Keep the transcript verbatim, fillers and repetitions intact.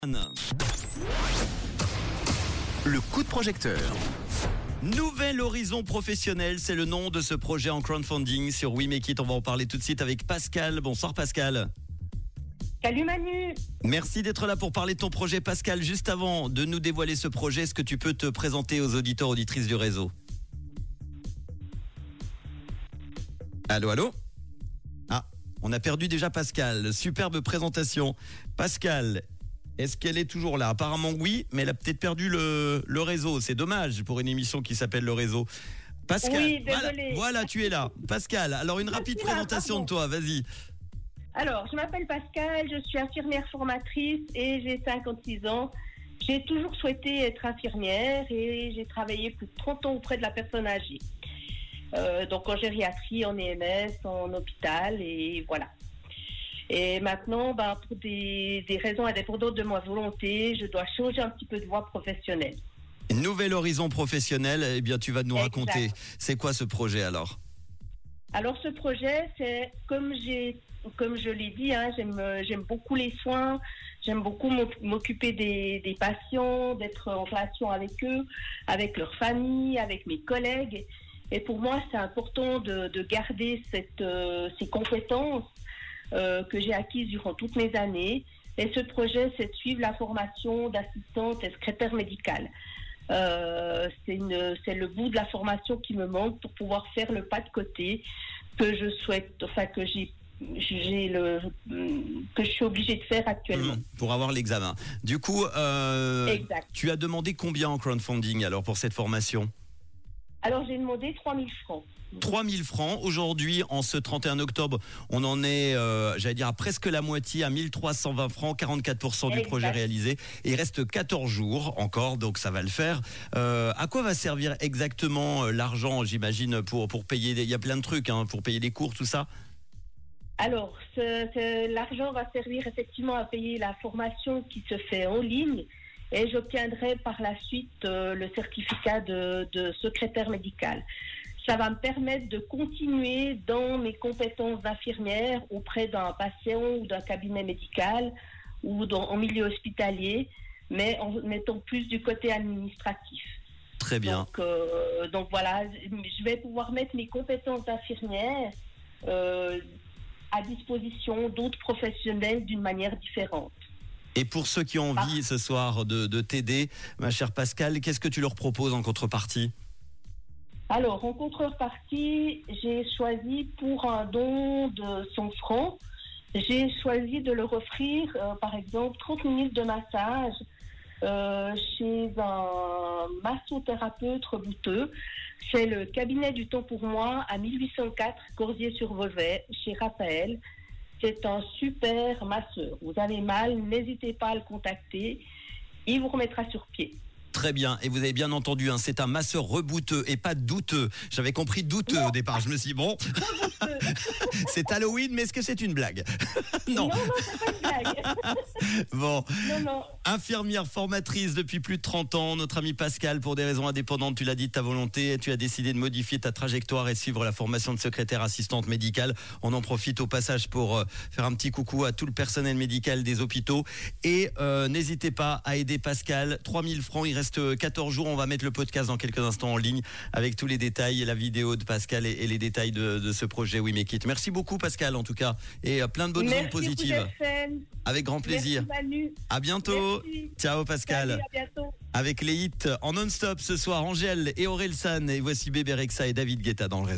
Le coup de projecteur. Nouvel horizon professionnel, c'est le nom de ce projet en crowdfunding sur We Make It. On va en parler tout de suite avec Pascal. Bonsoir Pascal. Salut Manu. Merci d'être là pour parler de ton projet Pascal. Juste avant de nous dévoiler ce projet, est-ce que tu peux te présenter aux auditeurs, auditrices du réseau? Allô, allô? Ah, on a perdu déjà Pascal. Superbe présentation. Pascal, est-ce qu'elle est toujours là? Apparemment oui, mais elle a peut-être perdu le, le réseau. C'est dommage pour une émission qui s'appelle Le Réseau. Pascal, oui, voilà, désolée. voilà, tu es là. Pascal, alors une rapide suis là, présentation pardon. de toi, vas-y. Alors, je m'appelle Pascal, je suis infirmière formatrice et j'ai cinquante-six ans. J'ai toujours souhaité être infirmière et j'ai travaillé plus de trente ans auprès de la personne âgée. Euh, donc en gériatrie, en E M S, en hôpital et voilà. Et maintenant, ben, pour des, des raisons indépendantes de ma volonté, je dois changer un petit peu de voie professionnelle. Nouvel horizon professionnel, eh bien tu vas nous Exact. raconter. C'est quoi ce projet alors? Alors ce projet, c'est comme j'ai, comme je l'ai dit, hein, j'aime, j'aime beaucoup les soins, j'aime beaucoup m'occuper des, des patients, d'être en relation avec eux, avec leurs familles, avec mes collègues. Et pour moi, c'est important de, de garder cette, euh, ces compétences euh, que j'ai acquises durant toutes mes années. Et ce projet, c'est de suivre la formation d'assistante et secrétaire médicale. Euh, c'est, une, c'est le bout de la formation qui me manque pour pouvoir faire le pas de côté que je souhaite, enfin que j'ai, j'ai le, que je suis obligée de faire actuellement. Mmh, pour avoir l'examen. Du coup, euh, Exact. tu as demandé combien en crowdfunding alors pour cette formation? Alors j'ai demandé trois mille francs. trois mille francs. Aujourd'hui, en ce trente et un octobre, on en est, euh, j'allais dire, à presque la moitié, à mille trois cent vingt francs, quarante-quatre pour cent du Exact. projet réalisé. Et il reste quatorze jours encore, donc ça va le faire. Euh, à quoi va servir exactement euh, l'argent, j'imagine, pour, pour payer des... Il y a plein de trucs, hein, pour payer les cours, tout ça? Alors, ce, ce, l'argent va servir effectivement à payer la formation qui se fait en ligne et j'obtiendrai par la suite euh, le certificat de, de secrétaire médical. Ça va me permettre de continuer dans mes compétences d'infirmière auprès d'un patient ou d'un cabinet médical ou dans, en milieu hospitalier, mais en étant plus du côté administratif. Très bien. Donc, euh, donc voilà, je vais pouvoir mettre mes compétences d'infirmière euh, à disposition d'autres professionnels d'une manière différente. Et pour ceux qui ont envie ah. ce soir de, de t'aider, ma chère Pascal, qu'est-ce que tu leur proposes en contrepartie? Alors, en contrepartie, j'ai choisi pour un don de cent francs, j'ai choisi de leur offrir, euh, par exemple, trente minutes de massage euh, chez un massothérapeute rebouteux. C'est le cabinet du temps pour moi à mille huit cent quatre, Corsier-sur-Vevey, chez Raphaël. C'est un super masseur. Vous avez mal, n'hésitez pas à le contacter. Il vous remettra sur pied. Très bien, et vous avez bien entendu, hein, c'est un masseur rebouteux et pas douteux. J'avais compris douteux non. Au départ, je me suis dit bon, c'est Halloween, mais est-ce que c'est une blague? Non, non, non, c'est pas une blague. Bon, non, non. Infirmière formatrice depuis plus de trente ans, notre ami Pascal, pour des raisons indépendantes, tu l'as dit de ta volonté, tu as décidé de modifier ta trajectoire et suivre la formation de secrétaire assistante médicale. On en profite au passage pour euh, faire un petit coucou à tout le personnel médical des hôpitaux. Et euh, n'hésitez pas à aider Pascal, trois mille francs, il reste quatorze jours, on va mettre le podcast dans quelques instants en ligne avec tous les détails, la vidéo de Pascal et, et les détails de, de ce projet We Make It. Merci beaucoup Pascal en tout cas, et euh, plein de bonnes Merci ondes positives. Avec grand plaisir. Merci Manu. À bientôt. Merci. Ciao Pascal. Salut, à bientôt. Avec les hits en non-stop ce soir, Angèle et Orelsan, et voici Bébé Rexha et David Guetta dans le réseau.